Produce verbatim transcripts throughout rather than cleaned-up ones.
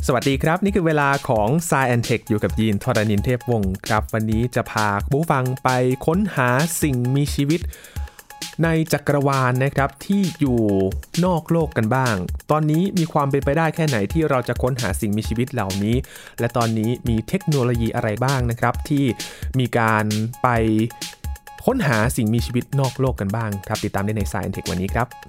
สวัสดีครับนี่คือเวลาของ Science แอนด์ Tech อยู่กับยีนทรณินเทพวงศ์ครับวันนี้จะพาผู้ฟังไปค้นหาสิ่งมีชีวิตในจักรวาลนะครับที่อยู่นอกโลกกันบ้างตอนนี้มีความเป็นไปได้แค่ไหนที่เราจะค้นหาสิ่งมีชีวิตเหล่านี้และตอนนี้มีเทคโนโลยีอะไรบ้างนะครับที่มีการไปค้นหาสิ่งมีชีวิตนอกโลกกันบ้างครับติดตามได้ใน Science แอนด์ Tech วันนี้ครับ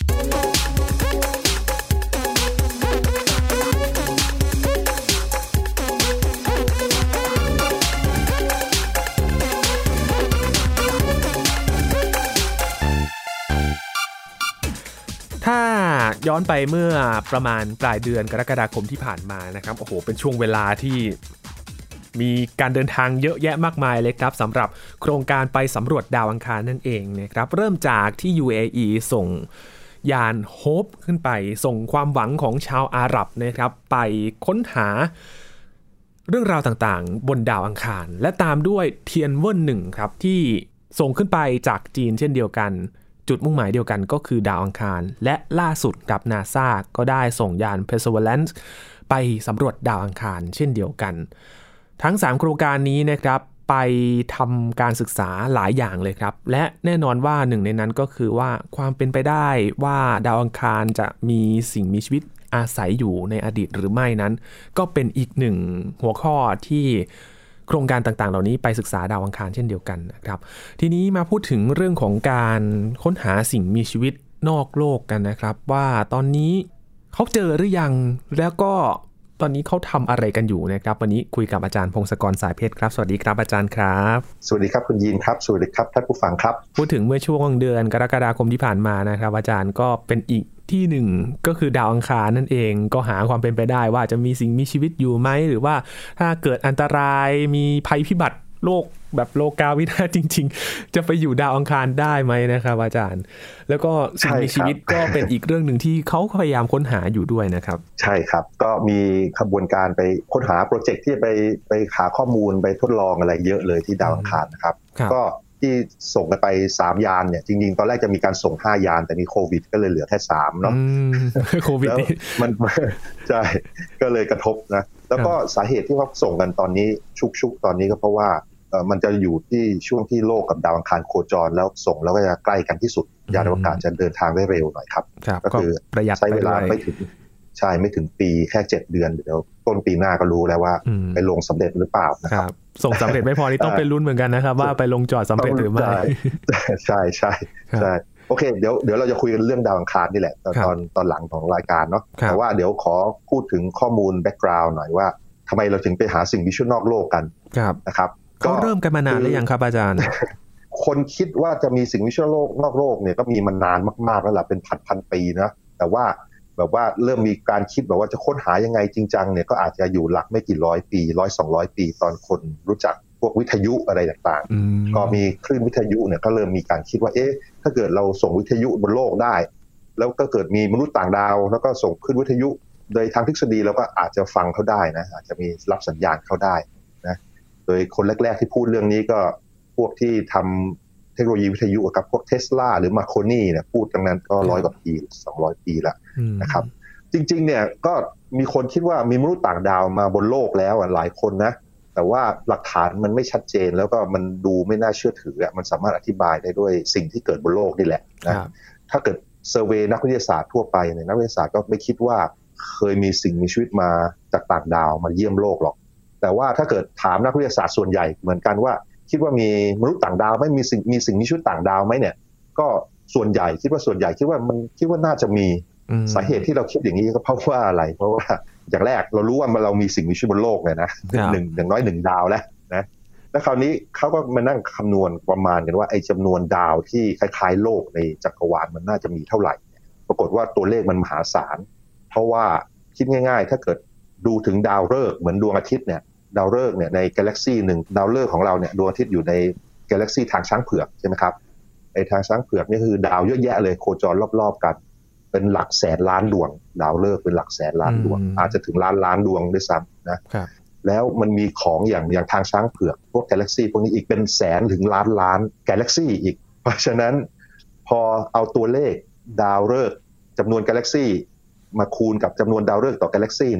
ถ้าย้อนไปเมื่อประมาณปลายเดือนกรกฎาคมที่ผ่านมานะครับโอ้โหเป็นช่วงเวลาที่มีการเดินทางเยอะแยะมากมายเลยครับสำหรับโครงการไปสำรวจดาวอังคารนั่นเองนะครับเริ่มจากที่ ยู เอ อี ส่งยานโฮปขึ้นไปส่งความหวังของชาวอาหรับนะครับไปค้นหาเรื่องราวต่างๆบนดาวอังคารและตามด้วยเทียนเวิร์นหนึ่งครับที่ส่งขึ้นไปจากจีนเช่นเดียวกันจุดมุ่งหมายเดียวกันก็คือดาวอังคารและล่าสุดกับ NASA ก็ได้ส่งยาน Perseverance ไปสำรวจดาวอังคารเช่นเดียวกันทั้งสามโครงการนี้นะครับไปทำการศึกษาหลายอย่างเลยครับและแน่นอนว่าหนึ่งในนั้นก็คือว่าความเป็นไปได้ว่าดาวอังคารจะมีสิ่งมีชีวิตอาศัยอยู่ในอดีตหรือไม่นั้นก็เป็นอีกหนึ่งหัวข้อที่โครงการต่างๆเหล่านี้ไปศึกษาดาวอังคารเช่นเดียวกันนะครับทีนี้มาพูดถึงเรื่องของการค้นหาสิ่งมีชีวิตนอกโลกกันนะครับว่าตอนนี้เขาเจอหรือยังแล้วก็ตอนนี้เขาทำอะไรกันอยู่นะครับวันนี้คุยกับอาจารย์พงศกรสายเพชรครับสวัสดีครับอาจารย์ครับสวัสดีครับคุณยีนครับสวัสดีครับท่านผู้ฟังครับพูดถึงเมื่อช่วงเดือนกรกฎาคมที่ผ่านมานะครับอาจารย์ก็เป็นอีกที่หนึ่งก็คือดาวอังคารนั่นเองก็หาความเป็นไปได้ว่าจะมีสิ่งมีชีวิตอยู่ไหมหรือว่าถ้าเกิดอันตรายมีภัยพิบัติโลกแบบโลกาวินาศจริงๆจะไปอยู่ดาวอังคารได้ไหมนะครับอาจารย์แล้วก็สิ่งมีชีวิตก็เป็นอีกเรื่องหนึ่งที่เขาพยายามค้นหาอยู่ด้วยนะครับใช่ครับก็มีขบวนการไปค้นหาโปรเจกต์ที่ไปไปหาข้อมูลไปทดลองอะไรเยอะเลยที่ดาวอังคารนะครับก็ที่ส่งกันไปสามยานเนี่ยจริงๆตอนแรกจะมีการส่งห้ายานแต่มีโควิดก็เลยเหลือแค่สามเนาะโควิดแล้วมันใช่ก็เลยกระทบนะแล้วก็สาเหตุที่เขาส่งกันตอนนี้ชุกๆตอนนี้ก็เพราะว่าเอ่อมันจะอยู่ที่ช่วงที่โลกกับดาวอังคารโคจรแล้วส่งแล้วก็จะใกล้กันที่สุดยานอวกาศจะเดินทางได้เร็วหน่อยครับก็คือประหยัดใช้เวลาไม่ถึงใช่ไม่ถึงปีแค่เจ็ดเดือนเดี๋ยวต้นปีหน้าก็รู้แล้วว่าไปลงสำเร็จหรือเปล่านะครับส่งสำเร็จไม่พอนี่ต้องไปลุ้นเหมือนกันนะครับว่าไปลงจอดสำเร็จหรือไม่ใช่ใช่ใช่โอเคเดี๋ยวเดี๋ยวเราจะคุยกันเรื่องดาวอังคารนี่แหละตอนตอนหลังของรายการเนาะแต่ว่าเดี๋ยวขอพูดถึงข้อมูลแบ็กกราวด์หน่อยว่าทำไมเราถึงไปหาสิ่งมีชีวิตนอกโลกกันนะครับเขาเริ่มกันมานานหรือยังครับอาจารย์คนคิดว่าจะมีสิ่งมีชีวิตโลกนอกโลกเนี่ยก็มีมานานมากๆแล้วล่ะเป็นพันพันปีนะแต่ว่าแบบว่าเริ่มมีการคิดแบบว่าจะค้นหายังไงจริงจังเนี่ยก็อาจจะอยู่หลักไม่กี่ร้อยปีร้อยสองร้อยปีตอนคนรู้จักพวกวิทยุอะไรต่างๆก็มีคลื่นวิทยุเนี่ยก็เริ่มมีการคิดว่าเอ๊ะถ้าเกิดเราส่งวิทยุบนโลกได้แล้วก็เกิดมีมนุษย์ต่างดาวแล้วก็ส่งคลื่นวิทยุโดยทางทฤษฎีเราก็อาจจะฟังเขาได้นะอาจจะมีรับสัญญาณเขาได้นะโดยคนแรกๆที่พูดเรื่องนี้ก็พวกที่ทำเทคโนโลยีวิทยุกับพวก Tesla หรือ Marconi เนี่ยพูดตั้งนั้นก็ร้อยกว่าปีสองร้อยปีแล้วนะครับจริงๆเนี่ยก็มีคนคิดว่ามีมนุษย์ต่างดาวมาบนโลกแล้วหลายคนนะแต่ว่าหลักฐานมันไม่ชัดเจนแล้วก็มันดูไม่น่าเชื่อถืออ่ะมันสามารถอธิบายได้ด้วยสิ่งที่เกิดบนโลกนี่แหละนะถ้าเกิดเซอร์เวย์นักวิทยาศาสตร์ทั่วไปเนี่ยนักวิทยาศาสตร์ก็ไม่คิดว่าเคยมีสิ่งมีชีวิตมาจากต่างดาวมาเยี่ยมโลกหรอกแต่ว่าถ้าเกิดถามนักวิทยาศาสตร์ส่วนใหญ่เหมือนกันว่าคิดว่ามีมนุษย์ต่างดาวไม่มีสิ่งมีสิ่งมีชีวิตต่างดาวไหมเนี่ยก็ส่วนใหญ่คิดว่าส่วนใหญ่คิดว่ามันคิดว่าน่าจะมีสาเหตุที่เราคิดอย่างนี้ก็เพราะว่าอะไรเพราะว่าอย่างแรกเรารู้ว่าเรามีสิ่งมีชีวิตบนโลกเนี่ยนะหนึ่งอย่างน้อยหนึ่งดาวแล้วนะแล้วคราวนี้เขาก็มานั่งคำนวณประมาณกันว่าไอ้จำนวนดาวที่คล้ายๆโลกในจักรวาลมันน่าจะมีเท่าไหร่ปรากฏว่าตัวเลขมันมหาศาลเพราะว่าคิดง่ายๆถ้าเกิดดูถึงดาวฤกษ์เหมือนดวงอาทิตย์เนี่ยดาวฤกษ์เนี่ยในกาแล็กซี่หนึ่งดาวฤกษ์ของเราเนี่ยดวงอาทิตย์อยู่ในกาแล็กซี่ทางช้างเผือกใช่ไหมครับไอ้ทางช้างเผือกนี่คือดาวเยอะแยะเลยโคจรรอบๆกันเป็นหลักแสนล้านดวงดาวฤกษ์เป็นหลักแสนล้านดวงอาจจะถึงล้านล้านดวงด้วยซ้ำนะแล้วมันมีของอย่างอย่างทางช้างเผือกพวกกาแล็กซี่พวกนี้อีกเป็นแสนถึงล้านล้านกาแล็กซี่อีกเพราะฉะนั้นพอเอาตัวเลขดาวฤกษ์จำนวนกาแล็กซี่มาคูณกับจำนวนดาวฤกษ์ต่อกาแล็กซี่เนี่ย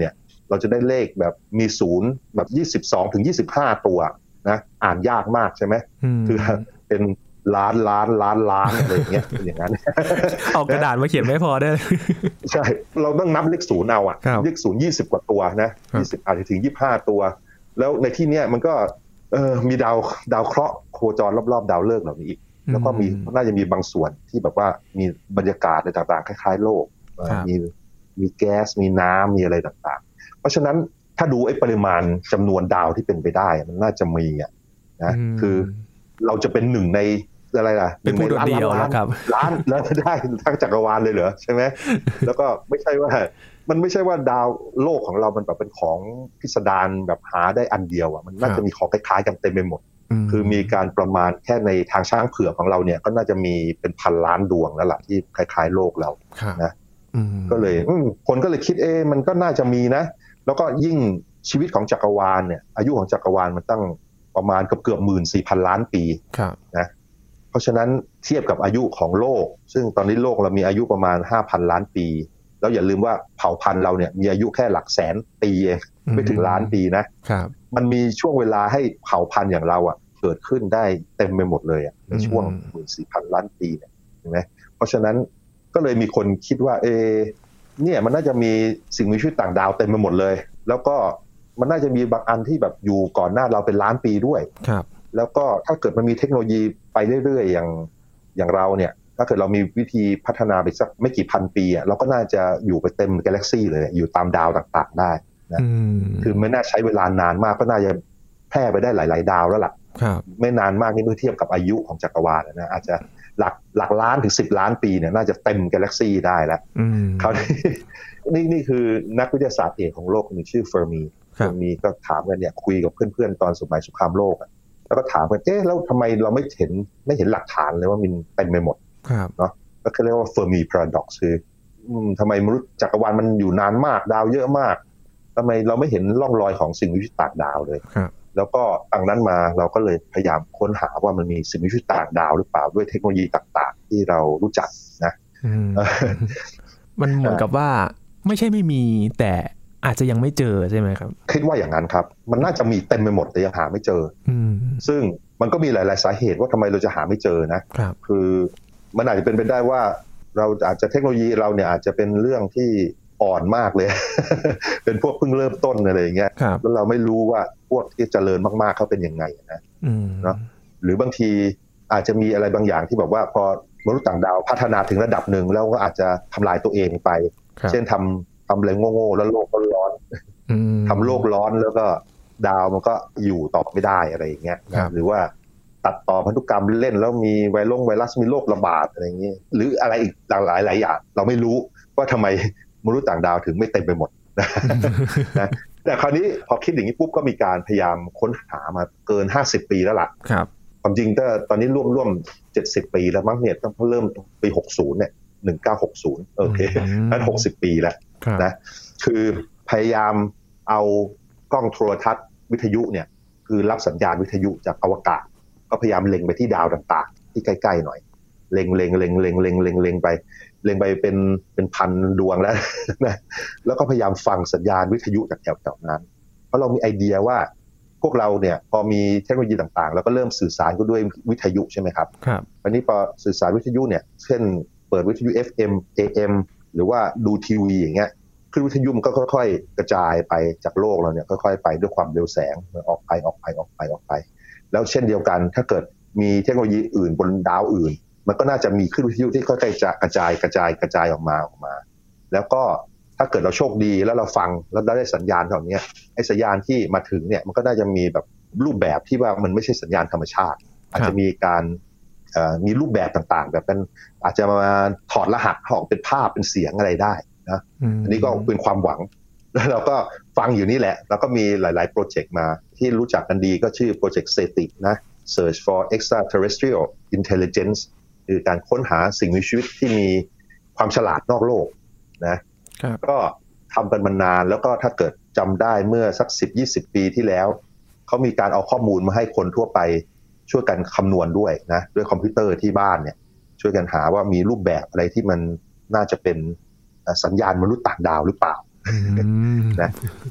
เราจะได้เลขแบบมีศูนย์แบบยี่สิบสองถึงยี่สิบห้าตัวนะอ่านยากมากใช่ไหมคือเป็นล้านล้านล้านล้านอะไรอย่างเงี้ยอย่างนั้นเอากระดาษมาเขียนไม่พอได้ใช่เราต้องนับเลขศูนย์เอาอ่ะเลขศูนย์ยี่สิบกว่าตัวนะยี่สิบอาจจะถึงยี่สิบห้าตัวแล้วในที่เนี้ยมันก็เออมีดาวดาวเคราะห์โคจรรอบๆดาวฤกษ์เหล่านี้อีกแล้วก็มีน่าจะมีบางส่วนที่แบบว่ามีบรรยากาศอะไรต่างๆคล้ายๆโลกมีมีแก๊สมีน้ำมีอะไรต่างๆเพราะฉะนั้นถ้าดูไอ้ปริมาณจำนวนดาวที่เป็นไปได้มันน่าจะมีอ่ะนะคือเราจะเป็นหนึ่งในอะไรล่ะเป็นผู้โดดเดี่ยวนะครับล้านแล้วได้ทั้งจักรวาลเลยเหรอใช่ไหมแล้วก็ไม่ใช่ว่ามันไม่ใช่ว่าดาวโลกของเรามันแบบเป็นของพิสดารแบบหาได้อันเดียวอ่ะมันน่าจะมีของคล้ายๆกันเต็มไปหมดคือมีการประมาณแค่ในทางช้างเผือกของเราเนี่ยก็น่าจะมีเป็นพันล้านดวงแล้วล่ะที่คล้ายๆโลกเรานะก็เลยคนก็เลยคิดเอ๊ะมันก็น่าจะมีนะแล้วก็ยิ่งชีวิตของจักรวาลเนี่ยอายุของจักรวาลมันตั้งประมาณเกือบเกือบหมื่นสี่พันล้านปีนะเพราะฉะนั้นเทียบกับอายุของโลกซึ่งตอนนี้โลกเรามีอายุประมาณ ห้าพัน ล้านปีแล้วอย่าลืมว่าเผ่าพันธุ์เราเนี่ยมีอายุแค่หลักแสนปีเองไม่ถึงล้านปีนะครับมันมีช่วงเวลาให้เผ่าพันธุ์อย่างเราอ่ะเกิดขึ้นได้เต็มไปหมดเลยอ่ะในช่วง หนึ่งหมื่นสี่พัน ล้านปีเนี่ยเห็นไหมเพราะฉะนั้นก็เลยมีคนคิดว่าเอเนี่ยมันน่าจะมีสิ่งมีชีวิตต่างดาวเต็มไปหมดเลยแล้วก็มันน่าจะมีบางอันที่แบบอยู่ก่อนหน้าเราเป็นล้านปีด้วยครับแล้วก็ถ้าเกิดมันมีเทคโนโลยีไปเรื่อยๆอย่างอย่างเราเนี่ยถ้าเกิดเรามีวิธีพัฒนาไปสักไม่กี่พันปีเราก็น่าจะอยู่ไปเต็มกาแล็กซี่เลยอยู่ตามดาวต่างๆได้นะคือไม่น่าใช้เวลานานมากก็น่าจะแพร่ไปได้หลายๆดาวแล้วล่ะไม่นานมากนี่เมื่อเทียบกับอายุของจักรวาลนะอาจจะหลักหลักล้านถึงสิบล้านปีเนี่ยน่าจะเต็มกาแล็กซี่ได้แล้วคราวนี้นี่นี่คือนักวิทยาศาสตร์เอกของโลกคนนึงชื่อเฟอร์มีเฟอร์มีก็ถามกันเนี่ยคุยกับเพื่อนๆตอนสมัยสงครามโลกแล้วก็ถามกันเอ๊ะแล้วทำไมเราไม่เห็นไม่เห็นหลักฐานเลยว่ามันเต็มไปหมดเนาะก็เรียกว่า Fermi Paradox คือทำไมมนุษย์จักรวาลมันอยู่นานมากดาวเยอะมากทำไมเราไม่เห็นร่องรอยของสิ่งมีชีวิตต่างดาวเลยแล้วก็ตั้งนั้นมาเราก็เลยพยายามค้นหาว่ามันมีสิ่งมีชีวิตต่างดาวหรือเปล่าด้วยเทคโนโลยีต่างๆที่เรารู้จักนะมันเหมือนกับว่าไม่ใช่ไม่มีแต่อาจจะยังไม่เจอใช่ไหมครับคิดว่าอย่างนั้นครับมันน่าจะมีเต็มไปหมดแต่ยังหาไม่เจอซึ่งมันก็มีหลายๆสาเหตุว่าทำไมเราจะหาไม่เจอนะคือมันอาจจะเป็นไปได้ว่าเราอาจจะเทคโนโลยีเราเนี่ยอาจจะเป็นเรื่องที่อ่อนมากเลย เป็นพวกเพิ่งเริ่มต้นอะไรอย่างเงี้ยแล้วเราไม่รู้ว่าพวกที่เจริญมากๆเขาเป็นยังไงนะเนาะหรือบางทีอาจจะมีอะไรบางอย่างที่แบบว่าพอมนุษย์ต่างดาวพัฒนาถึงระดับหนึ่งแล้วก็อาจจะทำลายตัวเองไปเช่นทำทำอะไรโง่ๆแล้วโลกก็ร้อนทำโลกร้อนแล้วก็ดาวมันก็อยู่ต่อไม่ได้อะไรอย่างเงี้ยหรือว่าตัดต่อพันธุกรรมเล่นแล้วมีไวรัสไวรัสมีโรคระบาดอะไรอย่างเงี้ยหรืออะไรอีกหลากหลายหลายอย่างเราไม่รู้ว่าทำไมมนุษย์ต่างดาวถึงไม่เต็มไปหมดนะแต่คราวนี้พอคิดอย่างนี้ปุ๊บก็มีการพยายามค้นหามาเกินห้าสิบปีแล้วล่ะความจริงก็ตอนนี้ร่วมๆเจ็ดสิบปีแล้วมั้งเนี่ยต้องเริ่มปีหกสิบเนี่ยหนึ่งพันเก้าร้อยหกสิบโอเคนั้นหกสิบปีแล้วนะคือพยายามเอากล้องโทรทัศน์วิทยุเนี่ยคือรับสัญญาณวิทยุจากอวกาศก็พยายามเล็งไปที่ดาวต่างๆที่ใกล้ๆหน่อยเล็งเล็งเล็งเล็งเล็งเล็งเล็งไปเล็งไปเป็นเป็นพันดวงแล้วนะแล้วก็พยายามฟังสัญญาณวิทยุจากแถวๆนั้นเพราะเรามีไอเดียว่าพวกเราเนี่ยพอมีเทคโนโลยีต่างๆแล้วก็เริ่มสื่อสารกันด้วยวิทยุใช่ไหมครับครับวันนี้พอสื่อสารวิทยุเนี่ยเช่นเปิดวิทยุ เอฟ เอ็ม เอ เอ็ม หรือว่าดูทีวีอย่างเงี้ยคลื่นวิทยุมันก็ค่อยๆกระจายไปจากโลกเราเนี่ยค่อยๆไปด้วยความเร็วแสงออกไปออกไปออกไปออกไปแล้วเช่นเดียวกันถ้าเกิดมีเทคโนโลยีอื่นบนดาวอื่นมันก็น่าจะมีคลื่นวิทยุที่ค่อยๆจะกระจายกระจายกระจายออกมาออกมาแล้วก็ถ้าเกิดเราโชคดีแล้วเราฟังแล้วได้สัญญาณเหล่านี้ไอ้สัญญาณที่มาถึงเนี่ยมันก็น่าจะมีแบบรูปแบบที่ว่ามันไม่ใช่สัญญาณธรรมชาติอาจจะมีการมีรูปแบบต่างๆแบบเป็นอาจจะมาถอดรหัสออกเป็นภาพเป็นเสียงอะไรได้นะอันนี้ก็เป็นความหวังแล้วเราก็ฟังอยู่นี่แหละแล้วก็มีหลายๆโปรเจกต์มาที่รู้จักกันดีก็ชื่อโปรเจกต์ เซติ นะ Search for Extraterrestrial Intelligence คือการค้นหาสิ่งมีชีวิตที่มีความฉลาดนอกโลกนะก็ทำกันมานานแล้วก็ถ้าเกิดจำได้เมื่อสัก สิบถึงยี่สิบ ปีที่แล้วเขามีการเอาข้อมูลมาให้คนทั่วไปช่วยกันคำนวณด้วยนะด้วยคอมพิวเตอร์ที่บ้านเนี่ยช่วยกันหาว่ามีรูปแบบอะไรที่มันน่าจะเป็นสัญญาณมนุษย์ต่างดาวหรือเปล่านะ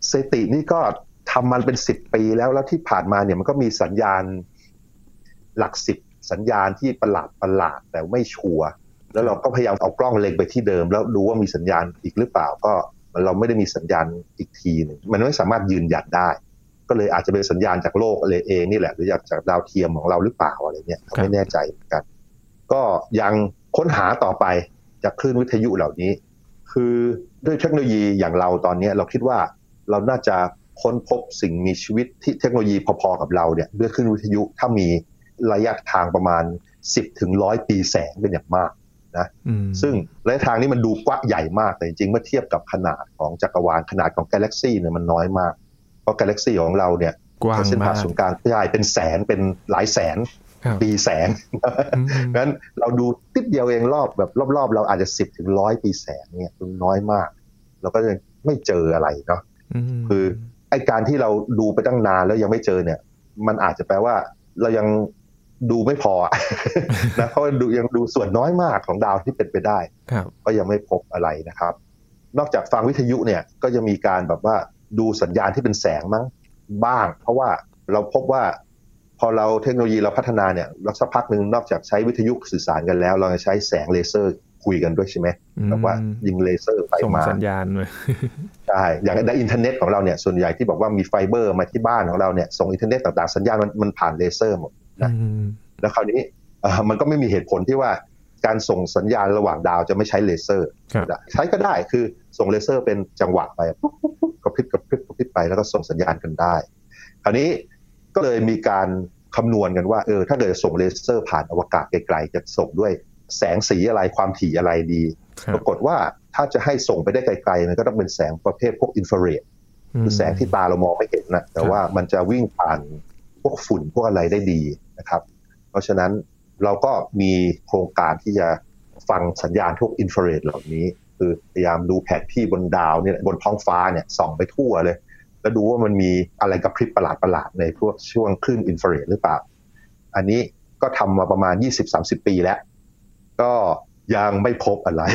สถิตินี่ก็ทำมันเป็นสิบปีแล้วแล้วที่ผ่านมาเนี่ยมันก็มีสัญญาณหลักสิบสัญญาณที่ประหลาดประหลาดแต่ไม่ชัวร์แล้วเราก็พยายามเอากล้องเล็งไปที่เดิมแล้วดูว่ามีสัญญาณอีกหรือเปล่าก็เราไม่ได้มีสัญญาณอีกทีนึงมันไม่สามารถยืนยันได้ก็เลยอาจจะเป็นสัญญาณจากโลกอะไรเองนี่แหละหรือจากดาวเทียมของเราหรือเปล่าอะไรเนี่ยก็ไม่แน่ใจเหมือนกันก็ยังค้นหาต่อไปจากคลื่นวิทยุเหล่านี้คือด้วยเทคโนโลยีอย่างเราตอนนี้เราคิดว่าเราน่าจะค้นพบสิ่งมีชีวิตที่เทคโนโลยีพอๆกับเราเนี่ยด้วยคลื่นวิทยุถ้ามีระยะทางประมาณสิบถึงหนึ่งร้อยปีแสงเป็นอย่างมากนะซึ่งระยะทางนี้มันดูกว้างใหญ่มากแต่จริงๆเมื่อเทียบกับขนาดของจักรวาลขนาดของกาแล็กซี่เนี่ยมันน้อยมากเพราะกาแล็กซี่ของเราเนี่ยเส้นผ่าศูนย์กลางใหญ่เป็นแสนเป็นหลายแสนปีแสงงั้นเราดูติดเดียวเองรอบแบบรอบๆเราอาจจะสิบถึงหนึ่งร้อยปีแสงเนี่ยน้อยมากเราก็ยังไม่เจออะไรเนาะคือไอ้การที่เราดูไปตั้งนานแล้วยังไม่เจอเนี่ยมันอาจจะแปลว่าเรายังดูไม่พอนะเพราะดูยังดูส่วนน้อยมากของดาวที่เป็นไปได้ก็ยังไม่พบอะไรนะครับนอกจากฟังวิทยุเนี่ยก็จะมีการแบบว่าดูสัญญาณที่เป็นแสงมั้งบ้างเพราะว่าเราพบว่าพอเราเทคโนโลยีเราพัฒนาเนี่ยสักพักนึงนอกจากใช้วิทยุสื่อสารกันแล้วเราจะใช้แสงเลเซอร์คุยกันด้วยใช่ไหมแบบว่ายิงเลเซอร์ไปมาส่งสัญญาณเลยใช่อย่างในอินเทอร์เน็ตของเราเนี่ยส่วนใหญ่ที่บอกว่ามีไฟเบอร์มาที่บ้านของเราเนี่ยส่งอินเทอร์เน็ตต่างๆสัญญาณมันมันผ่านเลเซอร์หมดนะแล้วคราวนี้มันก็ไม่มีเหตุผลที่ว่าการส่งสัญญาณระหว่างดาวจะไม่ใช้เลเซอร์ใช้ก็ได้คือส่งเลเซอร์เป็นจังหวะไปปุ๊บปุ๊บปุ๊บกระพริบกระพริบกระพริบไปแล้วก็ส่งสัญญาณกันได้คราวนี้ก็เลยมีการคำนวณกันว่าเออถ้าเกิดส่งเลเซอร์ผ่านอวกาศไกลๆจะส่งด้วยแสงสีอะไรความถี่อะไรดีปรากฏว่าถ้าจะให้ส่งไปได้ไกลๆมันก็ต้องเป็นแสงประเภทพวกอินฟราเรดคือแสงที่ตาเรามองไม่เห็นนะแต่ว่ามันจะวิ่งผ่านพวกฝุ่นพวกอะไรได้ดีนะครับเพราะฉะนั้นเราก็มีโครงการที่จะฟังสัญญาณพวกอินฟราเรดเหล่านี้คือพยายามดูแผนที่บนดาวเนี่ยบนท้องฟ้าเนี่ยส่องไปทั่วเลยแล้วดูว่ามันมีอะไรกระพริบประหลาดๆในพวกช่วงคลื่นอินฟราเรดหรือเปล่าอันนี้ก็ทำมาประมาณ ยี่สิบถึงสามสิบ ปีแล้วก็ยังไม่พบอะไร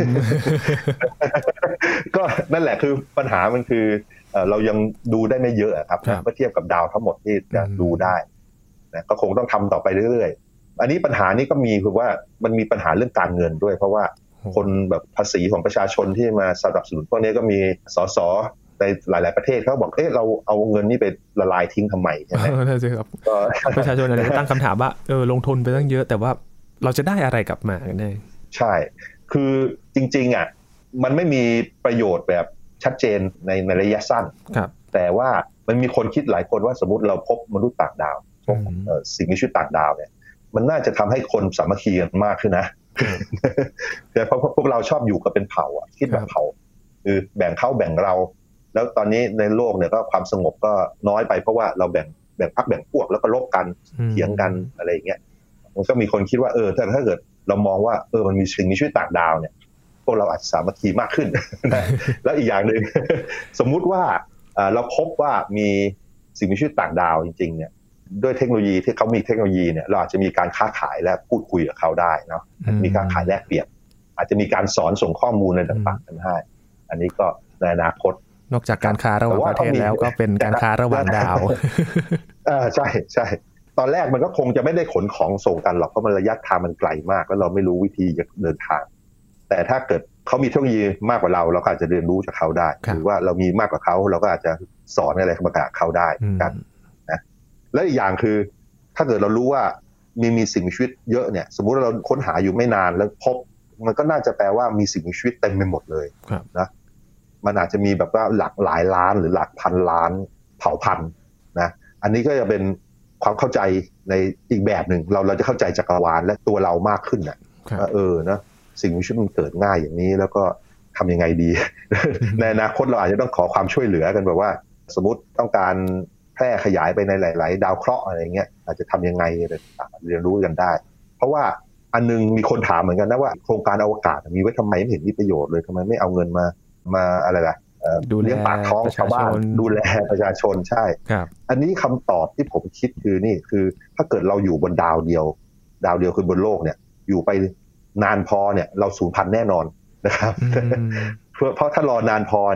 ก็นั่นแหละคือปัญหามันคือเรายังดูได้ไม่เยอะครับเมื่อเทียบกับดาวทั้งหมดที่จะดูได้นะก็คงต้องทำต่อไปเรื่อยๆอันนี้ปัญหานี้ก็มีคือว่ามันมีปัญหาเรื่องการเงินด้วยเพราะว่าคนแบบภาษีของประชาชนที่มาสนับสนุนพวกนี้ก็มีสสในหลายๆประเทศเขาบอกเอ๊ะเราเอาเงินนี่ไปละลายทิ้งทำไมใช่ไหมใช่ครับประชาชนอะไรตั้งคำถามว่าเออลงทุนไปตั้งเยอะแต่ว่าเราจะได้อะไรกลับมากันแน่ใช่คือจริงๆอ่ะมันไม่มีประโยชน์แบบชัดเจนในในระยะสั้นแต่ว่ามันมีคนคิดหลายคนว่าสมมติเราพบมนุษย์ต่างดาวพบสิ่งมีชีวิตต่างดาวเนี่ยมันน่าจะทำให้คนสามัคคีกันมากขึ้นนะแต่เพราะพวกเราชอบอยู่กับเป็นเผ่าอ่ะคิดแบบเผ่าคือแบ่งเขาแบ่งเราแล้วตอนนี้ในโลกเนี่ยก็ความสงบก็น้อยไปเพราะว่าเราแบ่งแบ่งพรรคแบ่งพวกแล้วก็ลบกันเถียงกันอะไรอย่างเงี้ยมันก็มีคนคิดว่าเออถ้าถ้าเกิดเรามองว่าเออมันมีสิ่งมีชีวิตต่างดาวเนี่ยพวกเราอาจจะสามัคคีมากขึ้น แล้วอีกอย่างนึง สมมุติว่าเราพบว่ามีสิ่งมีชีวิตต่างดาวจริงๆเนี่ยด้วยเทคโนโลยีที่เขามีเทคโนโลยีเนี่ยเราอาจจะมีการค้าขายและพูดคุยกับเขาได้เนาะมีการขายแลกเปลี่ยนอาจจะมีการสอนส่งข้อมูลอะไรต่างๆกันให้อันนี้ก็ในอนาคตนอกจากการค้าระหว่างประเทศแล้วก็เป็นการค้าระหว่างดาวอ่าใช่ใช่ตอนแรกมันก็คงจะไม่ได้ขนของส่งกันหรอกเพราะมันระยะทางมันไกลมากแล้วเราไม่รู้วิธีจะเดินทางแต่ถ้าเกิดเขามีเทคโนโลยีมากกว่าเราเราก็อาจจะเรียนรู้จากเขาได้หรือว่าเรามีมากกว่าเขาเราก็อาจจะสอนอะไรมากับเขาได้กันนะและอีกอย่างคือถ้าเกิดเรารู้ว่ามีมีสิ่งมีชีวิตเยอะเนี่ยสมมุติเราค้นหาอยู่ไม่นานแล้วพบมันก็น่าจะแปลว่ามีสิ่งมีชีวิตเต็มไปหมดเลยนะมันอาจจะมีแบบว่าหลักหลายล้านหรือหลักพันล้านเผ่าพันธุ์นะอันนี้ก็จะเป็นความเข้าใจในอีกแบบหนึ่งเราเราจะเข้าใจจักรวาลและตัวเรามากขึ้นนะเออนะสิ่งมีชีวิตมันเกิดง่ายอย่างนี้แล้วก็ทำยังไงดี ในอนาคตเราอาจจะต้องขอความช่วยเหลือกันแบบว่าสมมติต้องการแพร่ขยายไปในหลายๆดาวเคราะห์อะไรเงี้ยอาจจะทำยังไงเรียนรู้กันได้เพราะว่าอันนึงมีคนถามเหมือนกันนะว่าโครงการอวกาศมีไว้ทำไมไม่เห็นมีประโยชน์เลยทำไมไม่เอาเงินมามาอะไรล่ะดูแลปากท้องชาวบ้านดูแลประชาชนใช่อันนี้คำตอบที่ผมคิดคือนี่คือถ้าเกิดเราอยู่บนดาวเดียวดาวเดียวคือบนโลกเนี่ยอยู่ไปนานพอเนี่ยเราสูญพันธุ์แน่นอนนะครับเพราะเพราะถ้ารอนานพอเนี่ย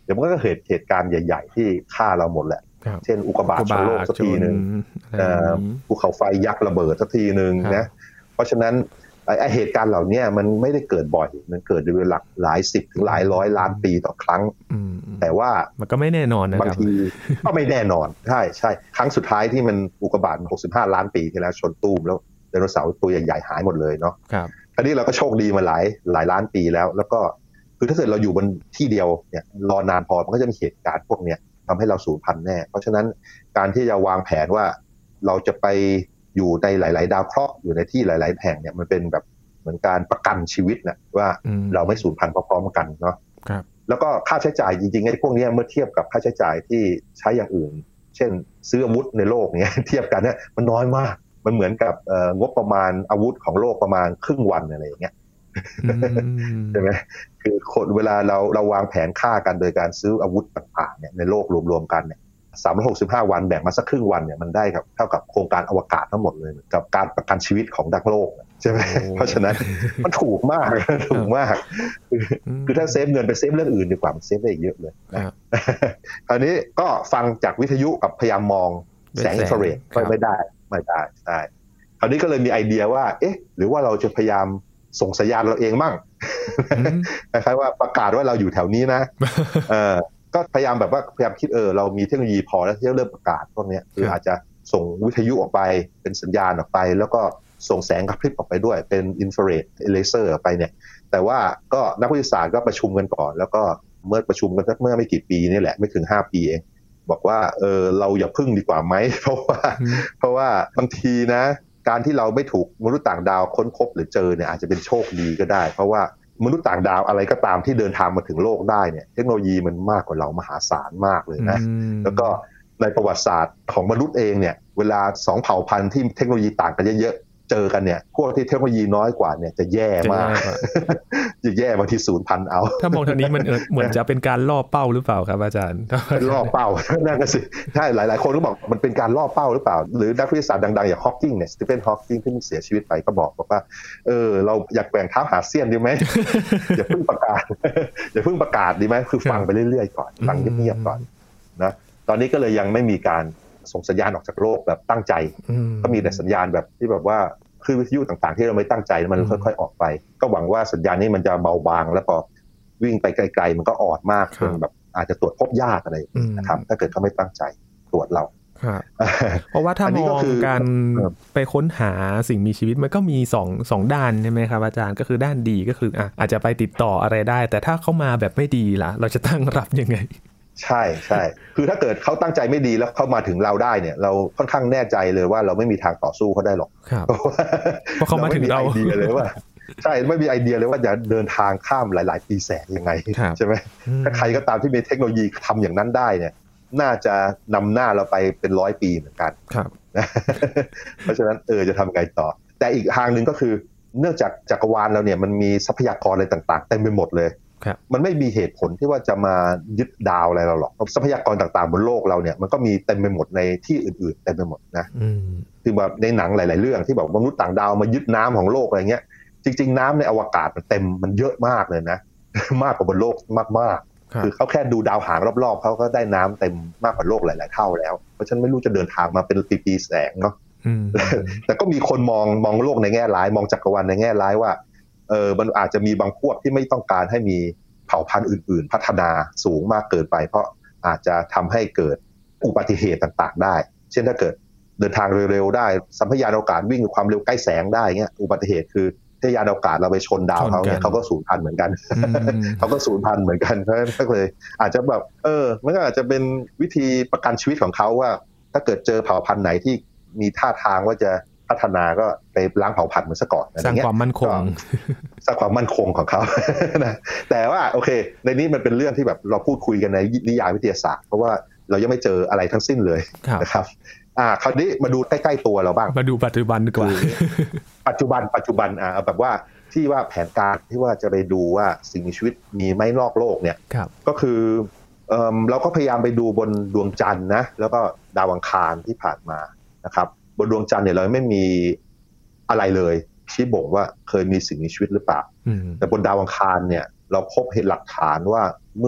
ดี๋ยวมันก็เกิดเหตุการณ์ใหญ่ๆที่ฆ่าเราหมดแหละเช่นอุกกาบาตชนโลกสักทีนึงภูเขาไฟยักษ์ระเบิดสักทีนึงนะเพราะฉะนั้นไอเหตุการณ์เหล่านี้มันไม่ได้เกิดบ่อยมันเกิดโดยหลักหลายสิบถึงหลายร้อยล้านปีต่อครั้งแต่ว่ามันก็ไม่แน่นอนนะครับบางทีก็ไม่แน่นอนใช่ใช่ครั้งสุดท้ายที่มันอุกกาบาตหกสิบห้าล้านปีที่แล้วชนตูมแล้วไดโนเสาร์ตัวใหญ่ๆหายหมดเลยเนาะครับคราวนี้เราก็โชคดีมาหลายหลายล้านปีแล้วแล้วก็คือถ้าเกิดเราอยู่บนที่เดียวเนี่ยรอนานพอมันก็จะมีเหตุการณ์พวกเนี้ยทำให้เราสูญพันธุ์แน่เพราะฉะนั้นการที่จะวางแผนว่าเราจะไปอยู่ในหลายๆดาวเคราะห์อยู่ในที่หลายๆแห่งเนี่ยมันเป็นแบบเหมือนการประกันชีวิตนะว่าเราไม่สูญพันธุ์พร้อมๆกันเนาะแล้วก็ค่าใช้จ่ายจริงๆไอ้พวกนี้เมื่อเทียบกับค่าใช้จ่ายที่ใช้อย่างอื่นเช่นซื้ออาวุธในโลกเนี้ยเทียบกันเนี่ยมันน้อยมากมันเหมือนกับงบประมาณอาวุธของโลกประมาณครึ่งวันอะไรอย่างเงี้ยใช่ไหมคือคนเวลาเราเราวางแผนฆ่ากันโดยการซื้ออาวุธต่างๆเนี่ยในโลกรวมๆกันเนี่ยสามร้อยหกสิบห้าวันแบ่งมาสักครึ่งวันเนี่ยมันได้ครับเท่ากับโครงการอวกาศทั้งหมดเลยกับการประกันชีวิตของนักโลกใช่ไหมเพราะฉะนั้นมันถูกมากถูกมากคือถ้าเซฟเงินไปเซฟเรื่องอื่นดีกว่ามันเซฟได้เยอะเลยนะคราวนี้ก็ฟังจากวิทยุกับพยายามมองแสงอินฟราเรดก็ไม่ได้ไม่ได้ใช่คราวนี้ก็เลยมีไอเดียว่าเอ๊ะหรือว่าเราจะพยายามส่งสัญญาณเราเองมั่งคล้ายๆว่าประกาศว่าเราอยู่แถวนี้นะเออก็พยายามแบบว่าพยายามคิดเออเรามีเทคโนโลยีพอแล้วที่จะเริ่มประกาศพวกนี้คืออาจจะส่งวิทยุออกไปเป็นสัญญาณออกไปแล้วก็ส่งแสงกระพริบออกไปด้วยเป็นอินฟราเรดเลเซอร์ออกไปเนี่ยแต่ว่าก็นักวิทยาศาสตร์ก็ประชุมกันก่อนแล้วก็เมื่อประชุมกันเมื่อไม่กี่ปีนี่แหละไม่ถึงห้าปีเองบอกว่าเออเราอย่าพึ่งดีกว่าไหมเพราะว่าเพราะว่าบางทีนะการที่เราไม่ถูกมนุษย์ต่างดาวค้นพบหรือเจอเนี่ยอาจจะเป็นโชคดีก็ได้เพราะว่ามนุษย์ต่างดาวอะไรก็ตามที่เดินทางมาถึงโลกได้เนี่ยเทคโนโลยีมันมากกว่าเรามหาศาลมากเลยนะแล้วก็ในประวัติศาสตร์ของมนุษย์เองเนี่ยเวลาสองเผ่าพันธุ์ที่เทคโนโลยีต่างกันเยอะๆเจอกันเนี่ยพวกที่เทคโนโลยีน้อยกว่าเนี่ยจะแย่มากจะแย่บางทีศูนย์พันเอาถ้ามองทางนี้มันเหมือนจะเป็นการล่อเป้าหรือเปล่าครับอาจารย์เป็นล่อเป้านั่นก็สิใช่หลายๆคนก็บอกมันเป็นการล่อเป้าหรือเปล่าหรือนักวิทยาศาสตร์ดังๆอย่างฮอว์กิงเนี่ยสตีเฟนฮอว์กิงที่เสียชีวิตไปก็บอกบอกว่าเออเราอยากแกว่งเท้าหาเสี้ยนดีไหมอย่าเพิ่งประกาศอย่าเพิ่งประกาศดีไหมคือฟังไปเรื่อยๆก่อนฟังเงียบๆก่อนนะตอนนี้ก็เลยยังไม่มีการส่งสัญญาณออกจากโลกแบบตั้งใจก็มีแต่สัญญาณแบบที่แบบว่าคลื่นวิทยุต่างๆที่เราไม่ตั้งใจมันค่อยๆออกไปก็หวังว่าสัญญาณนี้มันจะเบาบางแล้วพอวิ่งไปไกลๆมันก็ออดมากจนแบบอาจจะตรวจพบยากอะไรนะครับถ้าเกิดเขาไม่ตั้งใจตรวจเราเพราะว่าถ้ามองการไปค้นหาสิ่งมีชีวิตมันก็มีสองสองด้านใช่ไหมครับอาจารย์ก็คือด้านดีก็คืออ่ะอาจจะไปติดต่ออะไรได้แต่ถ้าเข้ามาแบบไม่ดีล่ะเราจะตั้งรับยังไงใช่ใช่คือถ้าเกิดเขาตั้งใจไม่ดีแล้วเขามาถึงเราได้เนี่ยเราค่อนข้างแน่ใจเลยว่าเราไม่มีทางต่อสู้เขาได้หรอกเพราะเขามาถึงเราไม่มีไอเดียเลยว่าใช่ไม่มีไอเดียเลยว่าจะเดินทางข้ามหลายๆปีแสงยังไงใช่ไหมถ้าใครก็ตามที่มีเทคโนโลยีทำอย่างนั้นได้เนี่ยน่าจะนำหน้าเราไปเป็นร้อยปีเหมือนกันเพราะฉะนั้นเออจะทำไงต่อแต่อีกทางนึงก็คือเนื่องจากจักรวาลเราเนี่ยมันมีทรัพยากรอะไรต่างๆเต็มไปหมดเลยมันไม่มีเหตุผลที่ว่าจะมายึดดาวอะไรเราหรอกทรัพยากรต่างๆบนโลกเราเนี่ยมันก็มีเต็มไปหมดในที่อื่นๆเต็มไปหมดนะคือแบบในหนังหลายๆเรื่องที่บอกมนุษย์ต่างดาวมายึดน้ำของโลกอะไรเงี้ยจริงๆน้ำในอวกาศมันเต็มมันเยอะมากเลยนะมากกว่าบนโลกมากๆคือเขาแค่ดูดาวหางรอบๆเขาก็ได้น้ำเต็มมากกว่าโลกหลายๆเท่าแล้วเพราะฉะนั้นไม่รู้จะเดินทางมาเป็นปีๆแสงเนาะแต่ก็มีคนมองมองโลกในแง่ร้ายมองจักรวาลในแง่ร้ายว่าเออมันอาจจะมีบางพวกที่ไม่ต้องการให้มีเผ่าพันธุ์อื่นๆพัฒนาสูงมากเกินไปเพราะอาจจะทำให้เกิดอุบัติเหตุต่างๆได้เช่นถ้าเกิดเดินทางเร็วๆได้สัมภาระอวกาศวิ่งความเร็วใกล้แสงได้เงี้ยอุบัติเหตุคือถ้ายานอวกาศเราไปชนดาวเขาเนี่ยเขาก็สูญพันธุ์เหมือนกันเขาก็สูญพันธุ์เหมือนกันเพราะฉะนั้นก็เลยอาจจะแบบเออมันก็อาจจะเป็นวิธีประกันชีวิตของเขาว่าถ้าเกิดเจอเผ่าพันธุ์ไหนที่มีท่าทางว่าจะพัฒนาก็ไปล้างเผ่าพันธุ์เหมือนซะก่อนสร้างความมั่นคงสร้างความมั่นคงของเขานะแต่ว่าโอเคในนี้มันเป็นเรื่องที่แบบเราพูดคุยกันในนิยายวิทยาศาสตร์เพราะว่าเรายังไม่เจออะไรทั้งสิ้นเลยนะครับอ่าคราวนี้มาดูใกล้ๆตัวเราบ้างมาดูปัจจุบันดีกว่าปัจจุบันปัจจุบันอ่าแบบว่าที่ว่าแผนการที่ว่าจะไปดูว่าสิ่งมีชีวิตมีไหมนอกโลกเนี่ยก็คือเอ่อเราก็พยายามไปดูบนดวงจันทร์นะแล้วก็ดาวอังคารที่ผ่านมานะครับบนดวงจันทร์เนี่ยเราไม่มีอะไรเลยชี้บ่งว่าเคยมีสิ่งมีชีวิตหรือเปล่าแต่บนดาวอังคารเนี่ยเราพบเห็นหลักฐานว่าเมื่อ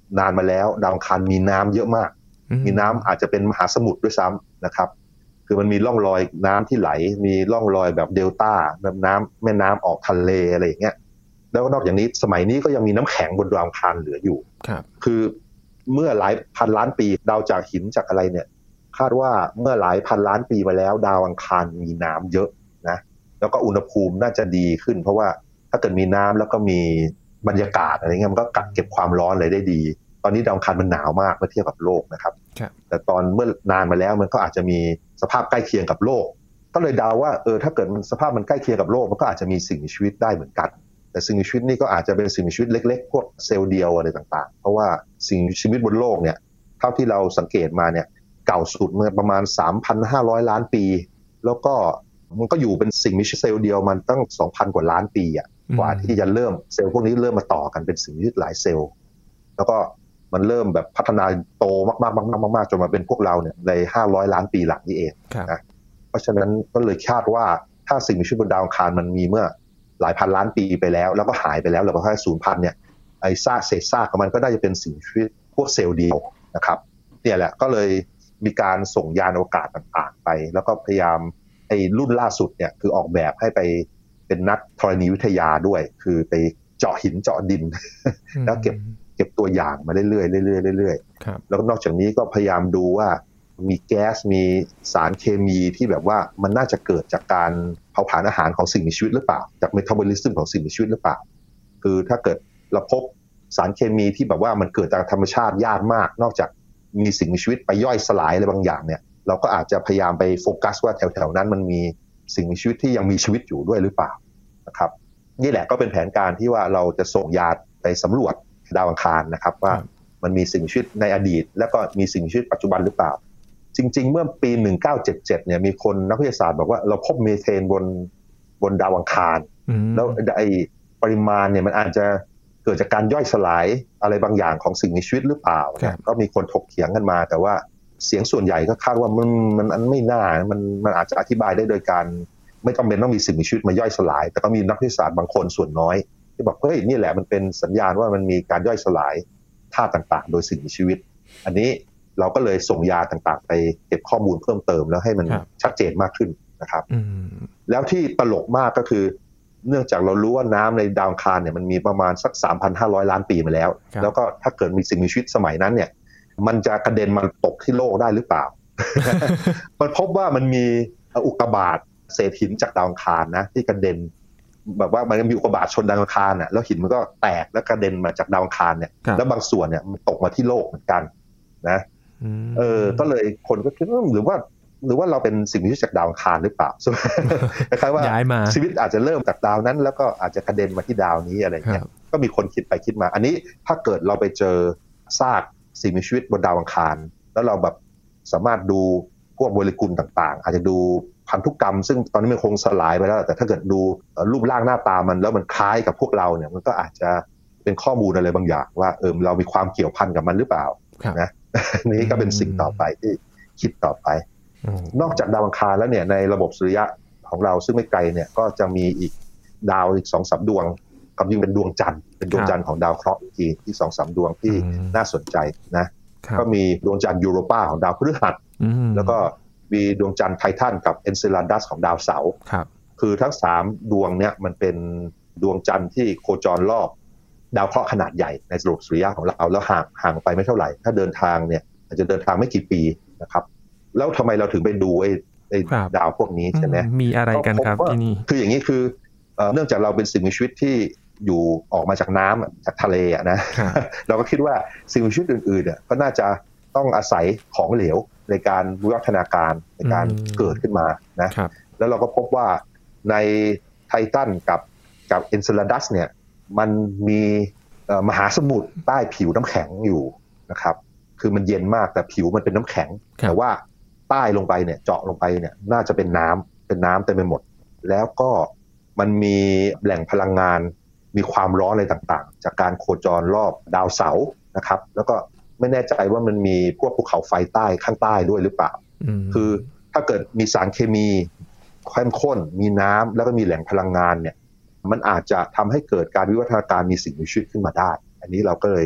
นานมาแล้วดาวอังคารมีน้ำเยอะมากมีน้ำอาจจะเป็นมหาสมุทรด้วยซ้ำนะครับคือมันมีร่องรอยน้ำที่ไหลมีร่องรอยแบบเดลต้าแบบน้ำแม่น้ำออกทะเลอะไรอย่างเงี้ยแล้วนอกจากนี้สมัยนี้ก็ยังมีน้ำแข็งบนดาวอังคารเหลืออยู่ครับคือเมื่อหลายพันล้านปีดาวจากหินจากอะไรเนี่ยคาดว่าเมื่อหลายพันล้านปีมาแล้วดาวอังคารมีน้ำเยอะนะแล้วก็อุณหภูมิน่าจะดีขึ้นเพราะว่าถ้าเกิดมีน้ำแล้วก็มีบรรยากาศอะไรเงี้ยมันก็กักเก็บความร้อนอะไรได้ดีตอนนี้ดาวอังคารมันหนาวมากเมื่อเทียบกับโลกนะครับแต่ตอนเมื่อนานมาแล้วมันก็อาจจะมีสภาพใกล้เคียงกับโลกก็เลยเดาว่าเออถ้าเกิดมันสภาพมันใกล้เคียงกับโลกมันก็อาจจะมีสิ่งมีชีวิตได้เหมือนกันแต่สิ่งมีชีวิตนี่ก็อาจจะเป็นสิ่งมีชีวิตเล็กๆพวกเซลล์เดียวอะไรต่างๆเพราะว่าสิ่งมีชีวิตบนโลกเนี่ยเท่าที่เราสังเกตมาเนี่ยเก่าสุดเมื่อประมาณ สามพันห้าร้อย ล้านปีแล้วก็มันก็อยู่เป็นสิ่งมีชีวิตเซลล์เดียวมันตั้ง สองพัน กว่าล้านปีอ่ะกว่าที่จะเริ่มเซลล์พวกนี้เริ่มมาต่อกันเป็นสิ่งมีชีวิตหลายเซลล์แล้วก็มันเริ่มแบบพัฒนาโตมากๆๆๆๆจนมาเป็นพวกเราเนี่ยในห้าร้อยล้านปีหลังนี้เองนะเพราะฉะนั้นก็เลยคาดว่าถ้าสิ่งมีชีวิตบนดาวอังคารมันมีเมื่อหลายพันล้านปีไปแล้วแล้วก็หายไปแล้วแล้วก็ค่อยสูญพันธุ์เนี่ยไอ้ซากเศษซากของมันก็ได้จะเป็นสิ่งมีชีวิตพวกเซลล์เดียวนะครับเนี่ยแหละก็เลยมีการส่งยานอวกาศต่างๆไปแล้วก็พยายามไอ้รุ่นล่าสุดเนี่ยคือออกแบบให้ไปเป็นนักธรณีวิทยาด้วยคือไปเจาะหินเจาะดินแล้วเก็บเก็บตัวอย่างมาเรื่อยๆเรื่อยๆเรื่อยๆแล้วนอกจากนี้ก็พยายามดูว่ามีแก๊สมีสารเคมีที่แบบว่ามันน่าจะเกิดจากการเผาผลาญอาหารของสิ่งมีชีวิตหรือเปล่าจากเมตาบอลิซึมของสิ่งมีชีวิตหรือเปล่าคือถ้าเกิดเราพบสารเคมีที่แบบว่ามันเกิดจากธรรมชาติยากมากนอกจากมีสิ่งมีชีวิตไปย่อยสลายอะไรบางอย่างเนี่ยเราก็อาจจะพยายามไปโฟกัสว่าแถวๆนั้นมันมีสิ่งมีชีวิตที่ยังมีชีวิตอยู่ด้วยหรือเปล่านะครับนี่แหละก็เป็นแผนการที่ว่าเราจะส่งยานไปสำรวจดาวอังคารนะครับว่ามันมีสิ่งมีชีวิตในอดีตแล้วก็มีสิ่งมีชีวิตปัจจุบันหรือเปล่าจริงๆเมื่อปีหนึ่งเก้าเจ็ดเจ็ดเนี่ยมีคนนักวิทยาศาสตร์บอกว่าเราพบเมเทนบนบนดาวอังคารแล้วไอ้ปริมาณเนี่ยมันอาจจะเกิดจากการย่อยสลายอะไรบางอย่างของสิ่งมีชีวิตหรือเปล่าก็มีคนถกเถียงกันมาแต่ว่าเสียงส่วนใหญ่ก็คาดว่ามันมันไม่น่ามันมันอาจจะอธิบายได้โดยการไม่จำเป็นต้องมีสิ่งมีชีวิตมาย่อยสลายแต่ก็มีนักวิทยาศาสตร์บางคนส่วนน้อยที่บอกเฮ้ยนี่แหละมันเป็นสัญญาณว่ามันมีการย่อยสลายธาตุต่างๆโดยสิ่งมีชีวิตอันนี้เราก็เลยส่งยาต่างๆไปเก็บข้อมูลเพิ่มเติมแล้วให้มันชัดเจนมากขึ้นนะครับแล้วที่ตลกมากก็คือเนื่องจากเรารู้ว่าน้ำในดาวอังคารเนี่ยมันมีประมาณสัก สามพันห้าร้อย ล้านปีมาแล้วแล้วก็ถ้าเกิดมีสิ่งมีชีวิตสมัยนั้นเนี่ยมันจะกระเด็นมาตกที่โลกได้หรือเปล่า มันพบว่ามันมีอุกกาบาตเศษหินจากดาวอังคารนะที่กระเด็นแบบว่ามันมีอุกกาบาตชนดาวอังคารน่ะแล้วหินมันก็แตกแล้วกระเด็นมาจากดาวอังคารเนี่ยแล้วบางส่วนเนี่ยมันตกมาที่โลกเหมือนกันนะเออก็เลยคนก็คิดว่าหรือว่าหรือว่าเราเป็นสิ่งมีชีวิตจากดาวอังคารหรือเปล่าคล้ายๆว่าชีวิตอาจจะเริ่มจากดาวนั้นแล้วก็อาจจะกระเด็นมาที่ดาวนี้อะไรเงี้ยก็มีคนคิดไปคิดมาอันนี้ถ้าเกิดเราไปเจอซากสิ่งมีชีวิตบนดาวอังคารแล้วเราแบบสามารถดูพวกโมเลกุลต่างๆอาจจะดูพันธุกรรมซึ่งตอนนี้มันคงสลายไปแล้วแต่ถ้าเกิดดูรูปร่างหน้าตามันแล้วมันคล้ายกับพวกเราเนี่ยมันก็อาจจะเป็นข้อมูลอะไรบางอย่างว่าเออเรามีความเกี่ยวพันกับมันหรือเปล่านะนี่ก็เป็นสิ่งต่อไปที่คิดต่อไปนอกจากดาวอังคารแล้วเนี่ยในระบบสุริยะของเราซึ่งไม่ไกลเนี่ยก็จะมีอีกดาวอีก สองถึงสาม ดวงความจริงเป็นดวงจันทร์เป็นดวงจันทร์ของดาวเคราะห์อีกทีที่ สองถึงสาม ดวงที่น่าสนใจนะก็มีดวงจันทร์ยูโรปาของดาวพฤหัสแล้วก็มีดวงจันทร์ไททันกับเอนเซลาดัสของดาวเสาร์คือทั้งสามดวงเนี่ยมันเป็นดวงจันทร์ที่โคจรรอบดาวเคราะห์ขนาดใหญ่ในระบบสุริยะของเราแล้วห่างห่างไปไม่เท่าไหร่ถ้าเดินทางเนี่ยอาจจะเดินทางไม่กี่ปีนะครับแล้วทำไมเราถึงไปดูไอ้ไอ้ดาวพวกนี้ใช่ไหมมีอะไรกันครับที่นี่คืออย่างนี้คือเนื่องจากเราเป็นสิ่งมีชีวิตที่อยู่ออกมาจากน้ำจากทะเลอะนะ เราก็คิดว่าสิ่งมีชีวิตอื่นๆเนี่ยก็น่าจะต้องอาศัยของเหลวในการวิวัฒนาการในการเกิดขึ้นมานะแล้วเราก็พบว่าในไททันกับกับเอนเซลาดัสเนี่ยมันมีมหาสมุทรใต้ผิวน้ำแข็งอยู่นะครับคือมันเย็นมากแต่ผิวมันเป็นน้ำแข็งแต่ว่าใต้ลงไปเนี่ยเจาะลงไปเนี่ยน่าจะเป็นน้ำเป็นน้ำเต็มไปหมดแล้วก็มันมีแหล่งพลังงานมีความร้อนอะไรต่างๆจากการโคจรรอบดาวเสาร์นะครับแล้วก็ไม่แน่ใจว่ามันมีพวกภูเขาไฟใต้ข้างใต้ด้วยหรือเปล่าคือถ้าเกิดมีสารเคมีเข้มข้นมีน้ำแล้วก็มีแหล่งพลังงานเนี่ยมันอาจจะทำให้เกิดการวิวัฒนาการมีสิ่งมีชีวิตขึ้นมาได้อันนี้เราก็เลย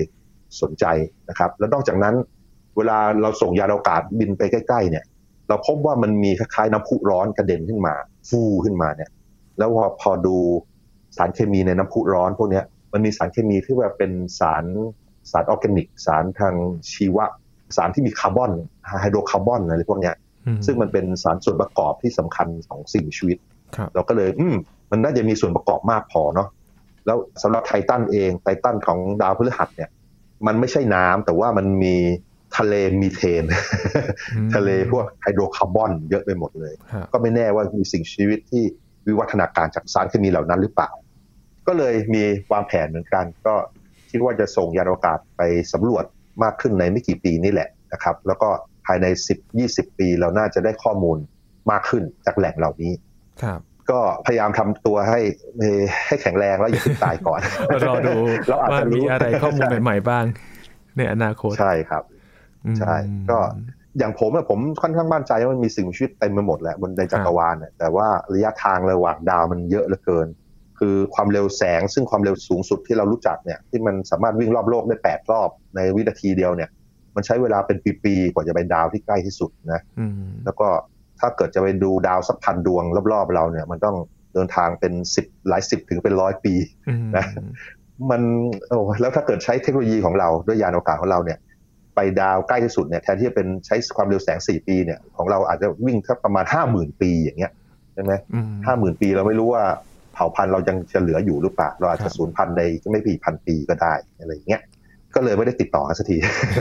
สนใจนะครับแล้วนอกจากนั้นเวลาเราส่งยานอวกาศบินไปใกล้ๆเนี่ยเราพบว่ามันมีคล้ายๆน้ำพุร้อนกระเด็นขึ้นมาฟูขึ้นมาเนี่ยแล้วพอพอดูสารเคมีในน้ำพุร้อนพวกนี้มันมีสารเคมีที่ว่าเป็นสารสารออร์แกนิกสารทางชีวะสารที่มีคาร์บอนไฮโดรคาร์บอนอะไรพวกนี้ซึ่งมันเป็นสารส่วนประกอบที่สำคัญของสิ่งมีชีวิตเราก็เลยอืมมันน่าจะมีส่วนประกอบมากพอเนาะแล้วสำหรับไททันเองไททันของดาวพฤหัสเนี่ยมันไม่ใช่น้ำแต่ว่ามันมีทะเลมีเทน ทะเลพวกไฮโดรคาร์บอนเยอะไปหมดเลยก็ไม่แน่ว่ามีสิ่งชีวิตที่วิวัฒนาการจากสารเคมีเหล่านั้นหรือเปล่าก็เลยมีวางแผนเหมือนกันก็คิดว่าจะส่งยานอวกาศไปสำรวจมากขึ้นในไม่กี่ปีนี่แหละนะครับแล้วก็ภายใน สิบถึงยี่สิบ ปีเราน่าจะได้ข้อมูลมากขึ้นจากแหล่งเหล่านี้ครับก็พยายามทำตัวให้ให้แข็งแรงแล้วอย่าเพิ่งตายก่อนรอดูว่ามีอะไรข้อมูลใหม่ๆบ้างในอนาคตใช่ครับใช่ก็อย่างผมอะผมค่อนข้างมั่นใจว่ามันมีสิ่งมีชีวิตเต็มไปหมดแหละบนในจักรวาลเนี่ยแต่ว่าระยะทางระหว่างดาวมันเยอะเหลือเกินคือความเร็วแสงซึ่งความเร็วสูงสุดที่เรารู้จักเนี่ยที่มันสามารถวิ่งรอบโลกได้แปดรอบในวินาทีเดียวเนี่ยมันใช้เวลาเป็นปีๆกว่าจะไปดาวที่ใกล้ที่สุดนะแล้วก็ถ้าเกิดจะไปดูดาวสักพันดวงรอบๆเราเนี่ยมันต้องเดินทางเป็นสิบหลายสิบถึงเป็นร้อยปีนะมันโอ้แล้วถ้าเกิดใช้เทคโนโลยีของเราด้วยยานอวกาศของเราเนี่ยไปดาวใกล้ที่สุดเนี่ยแทนที่จะเป็นใช้ความเร็วแสงสี่ปีเนี่ยของเราอาจจะวิ่งแค่ประมาณ ห้าหมื่น ปีอย่างเงี้ยใช่ไหม ห้าหมื่น ปีเราไม่รู้ว่าเผ่าพันธุ์เรายังจะเหลืออยู่หรือเปล่าเราอาจจะสูญพันธุ์ในไม่กี่พันปีก็ได้อะไรอย่างเงี้ยก็เลยไม่ได้ติดต่อกันสักที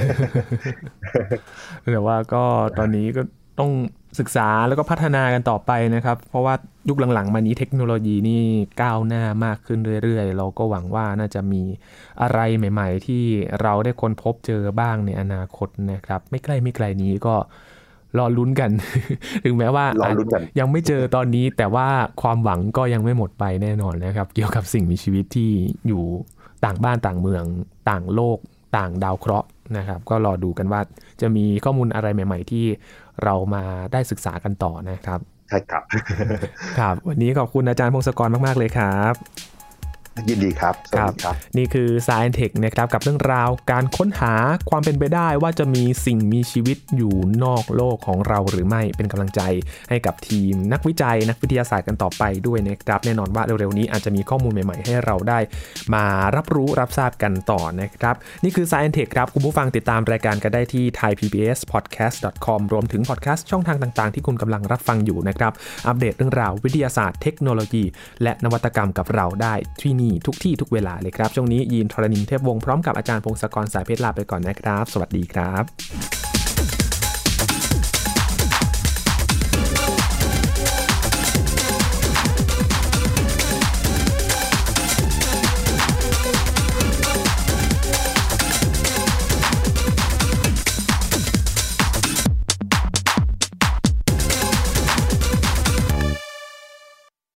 แต่ว่าก็ตอนนี้ก็ต้องศึกษาแล้วก็พัฒนากันต่อไปนะครับเพราะว่ายุคหลังๆมานี้เทคโนโลยีนี่ก้าวหน้ามากขึ้นเรื่อยๆเราก็หวังว่าน่าจะมีอะไรใหม่ๆที่เราได้ค้นพบเจอบ้างในอนาคตนะครับไม่ใกล้ไม่ไกลนี้ก็รอลุ้นกัน ถึงแม้ว่ายังไม่เจอตอนนี้แต่ว่าความหวังก็ยังไม่หมดไปแน่นอนนะครับเกี่ยวกับสิ่งมีชีวิตที่อยู่ต่างบ้านต่างเมืองต่างโลกต่างดาวเคราะห์นะครับก็รอดูกันว่าจะมีข้อมูลอะไรใหม่ๆที่เรามาได้ศึกษากันต่อนะครับใช่ครับครับวันนี้ขอบคุณอาจารย์พงศกรมากๆเลยครับยินดีครับสวัสดีครับนี่คือ Science Tech นะครับกับเรื่องราวการค้นหาความเป็นไปได้ว่าจะมีสิ่งมีชีวิตอยู่นอกโลกของเราหรือไม่เป็นกำลังใจให้กับทีมนักวิจัยนักวิทยาศาสตร์กันต่อไปด้วยนะครับแน่นอนว่าเร็วๆนี้อาจจะมีข้อมูลใหม่ๆให้เราได้มารับรู้รับทราบกันต่อนะครับนี่คือ Science Tech ครับคุณผู้ฟังติดตามรายการกันได้ที่ ไทยพีบีเอสพอดแคสต์ ดอท คอม รวมถึงพอดแคสต์ช่องทางต่างๆที่คุณกำลังรับฟังอยู่นะครับอัปเดตเรื่องราววิทยาศาสตร์เทคโนโลยีและนวัตกรรมกับเราได้ที่นี่ทุกที่ทุกเวลาเลยครับช่วงนี้ยีนทรณินเทพวงศ์พร้อมกับอาจารย์พงศกรสายเพชรลาไปก่อนนะครับสวัสดีครับ